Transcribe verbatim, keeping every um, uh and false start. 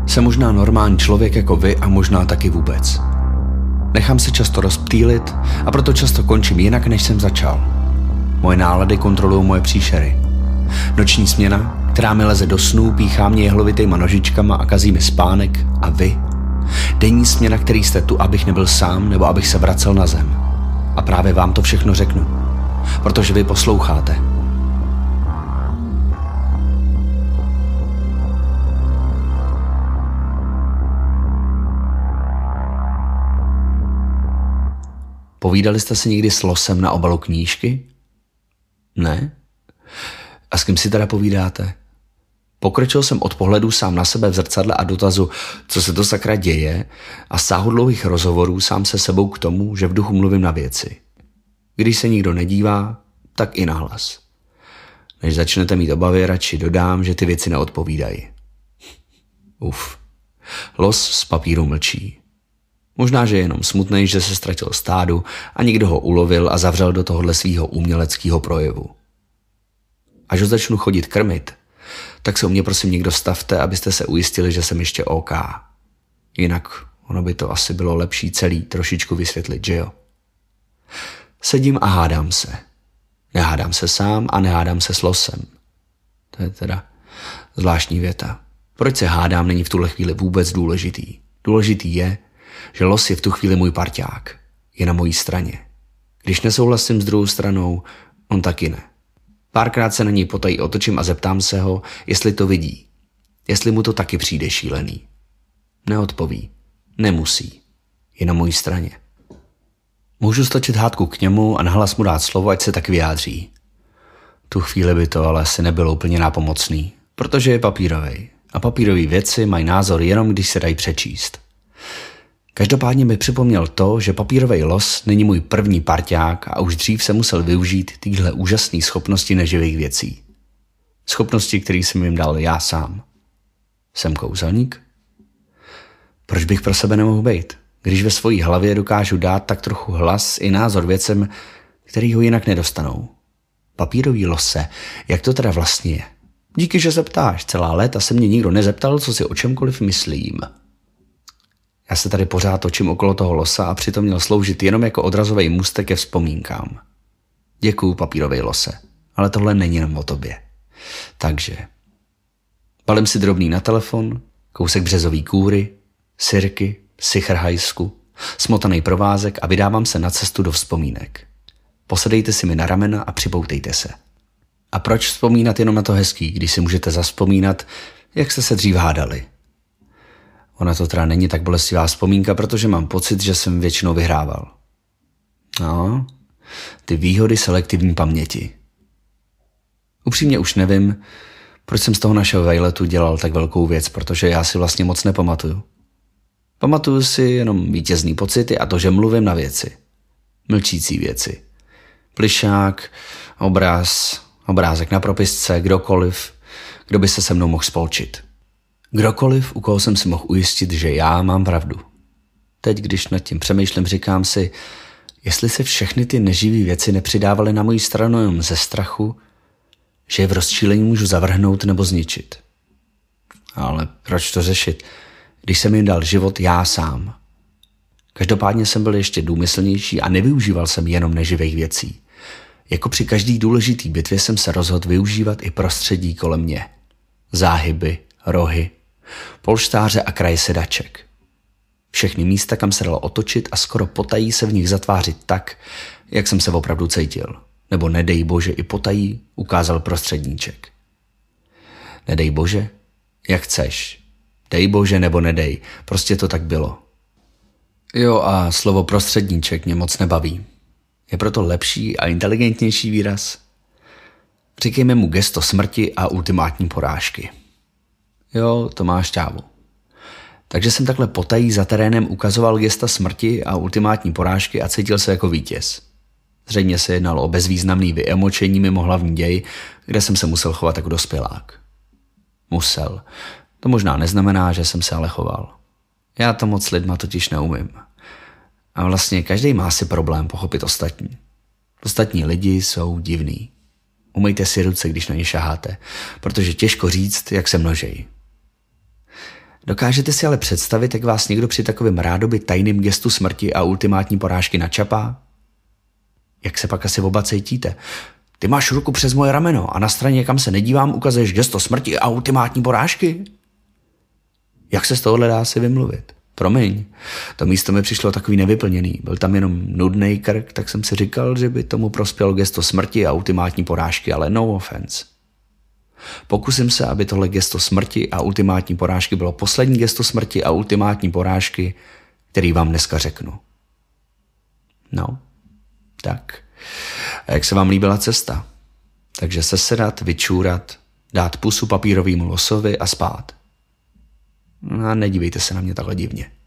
Jsem možná normální člověk jako vy a možná taky vůbec. Nechám se často rozptýlit a proto často končím jinak, než jsem začal. Moje nálady kontrolují moje příšery. Noční směna, která mi leze do snů, píchá mě jehlovitýma nožičkama a kazí mi spánek. A vy? Denní směna, který jste tu, abych nebyl sám nebo abych se vracel na zem. A právě vám to všechno řeknu. Protože vy posloucháte. Povídali jste si někdy s losem na obalu knížky? Ne? A s kým si teda povídáte? Pokročil jsem od pohledu sám na sebe v zrcadle a dotazu, co se to sakra děje, a sáhu dlouhých rozhovorů sám se sebou k tomu, že v duchu mluvím na věci. Když se nikdo nedívá, tak i nahlas. Než začnete mít obavy, radši dodám, že ty věci neodpovídají. Uf. Los z papíru mlčí. Možná, že je jenom smutnej, že se ztratil stádu a někdo ho ulovil a zavřel do tohohle svýho uměleckého projevu. Až ho začnu chodit krmit, tak se u mě prosím někdo stavte, abyste se ujistili, že jsem ještě OK. Jinak ono by to asi bylo lepší celý trošičku vysvětlit, že jo? Sedím a hádám se. Nehádám se sám a nehádám se s losem. To je teda zvláštní věta. Proč se hádám, není v tuhle chvíli vůbec důležitý. Důležitý je, že los je v tu chvíli můj parťák. Je na mojí straně. Když nesouhlasím s druhou stranou, on taky ne. Párkrát se na něj potají otočím a zeptám se ho, jestli to vidí. Jestli mu to taky přijde šílený. Neodpoví. Nemusí. Je na mojí straně. Můžu stočit hádku k němu a nahlas mu dát slovo, ať se tak vyjádří. Tu chvíli by to ale asi nebylo úplně nápomocný, protože je papírovej. A papírové věci mají názor jenom, když se dají přečíst. Každopádně mi připomněl to, že papírovej los není můj první parťák a už dřív se musel využít tyhle úžasné schopnosti neživých věcí. Schopnosti, které jsem jim dal já sám. Jsem kouzelník? Proč bych pro sebe nemohl být, když ve své hlavě dokážu dát tak trochu hlas i názor věcem, který ho jinak nedostanou? Papírový lose, jak to teda vlastně je? Díky, že se ptáš, celá léta se mě nikdo nezeptal, co si o čemkoliv myslím. Já se tady pořád točím okolo toho losa a přitom měl sloužit jenom jako odrazový můstek ke vzpomínkám. Děkuju, papírovej lose, ale tohle není jenom o tobě. Takže balím si drobný na telefon, kousek březový kůry, sirky, sichrhajsku, smotaný provázek a vydávám se na cestu do vzpomínek. Posedejte si mi na ramena a připoutejte se. A proč vzpomínat jenom na to hezký, když si můžete zavzpomínat, jak jste se dřív hádali? Ona to teda není tak bolestivá vzpomínka, protože mám pocit, že jsem většinou vyhrával. No, ty výhody selektivní paměti. Upřímně už nevím, proč jsem z toho našeho vejletu dělal tak velkou věc, protože já si vlastně moc nepamatuju. Pamatuju si jenom vítězný pocity a to, že mluvím na věci. Mlčící věci. Plišák, obraz, obrázek na propisce, kdokoliv, kdo by se se mnou mohl spolčit. Kdokoliv, u koho jsem si mohl ujistit, že já mám pravdu. Teď, když nad tím přemýšlím, říkám si, jestli se všechny ty neživý věci nepřidávaly na moji stranu jenom ze strachu, že je v rozčílení můžu zavrhnout nebo zničit. Ale proč to řešit, když jsem jim dal život já sám? Každopádně jsem byl ještě důmyslnější a nevyužíval jsem jenom neživých věcí. Jako při každý důležitý bitvě jsem se rozhodl využívat i prostředí kolem mě. Záhyby, rohy, polštáře a kraje sedaček. Všechny místa, kam se dalo otočit a skoro potají se v nich zatvářit tak, jak jsem se opravdu cítil. Nebo nedej bože i potají ukázal prostředníček. Nedej bože, jak chceš. Dej bože nebo nedej, prostě to tak bylo. Jo, a slovo prostředníček mě moc nebaví. Je proto lepší a inteligentnější výraz? Říkejme mu gesto smrti a ultimátní porážky. Jo, to má šťávu. Takže jsem takhle potají za terénem ukazoval gesta smrti a ultimátní porážky a cítil se jako vítěz. Zřejmě se jednalo o bezvýznamný vyemočení mimo hlavní děj, kde jsem se musel chovat jako dospělák. Musel. To možná neznamená, že jsem se ale choval. Já to moc lidma totiž neumím. A vlastně každý má si problém pochopit ostatní. Ostatní lidi jsou divný. Umejte si ruce, když na ně šaháte, protože těžko říct, jak se množejí. Dokážete si ale představit, jak vás někdo při takovém rádoby tajným gestu smrti a ultimátní porážky načapá? Jak se pak asi oba cítíte? Ty máš ruku přes moje rameno a na straně, kam se nedívám, ukazuješ gesto smrti a ultimátní porážky? Jak se z tohohle dá si vymluvit? Promiň, to místo mi přišlo takový nevyplněný. Byl tam jenom nudnej krk, tak jsem si říkal, že by tomu prospělo gesto smrti a ultimátní porážky, ale no offense. Pokusím se, aby tohle gesto smrti a ultimátní porážky bylo poslední gesto smrti a ultimátní porážky, který vám dneska řeknu. No, tak. A jak se vám líbila cesta? Takže sesedat, vyčůrat, dát pusu papírovému losovi a spát. A nedívejte se na mě takhle divně.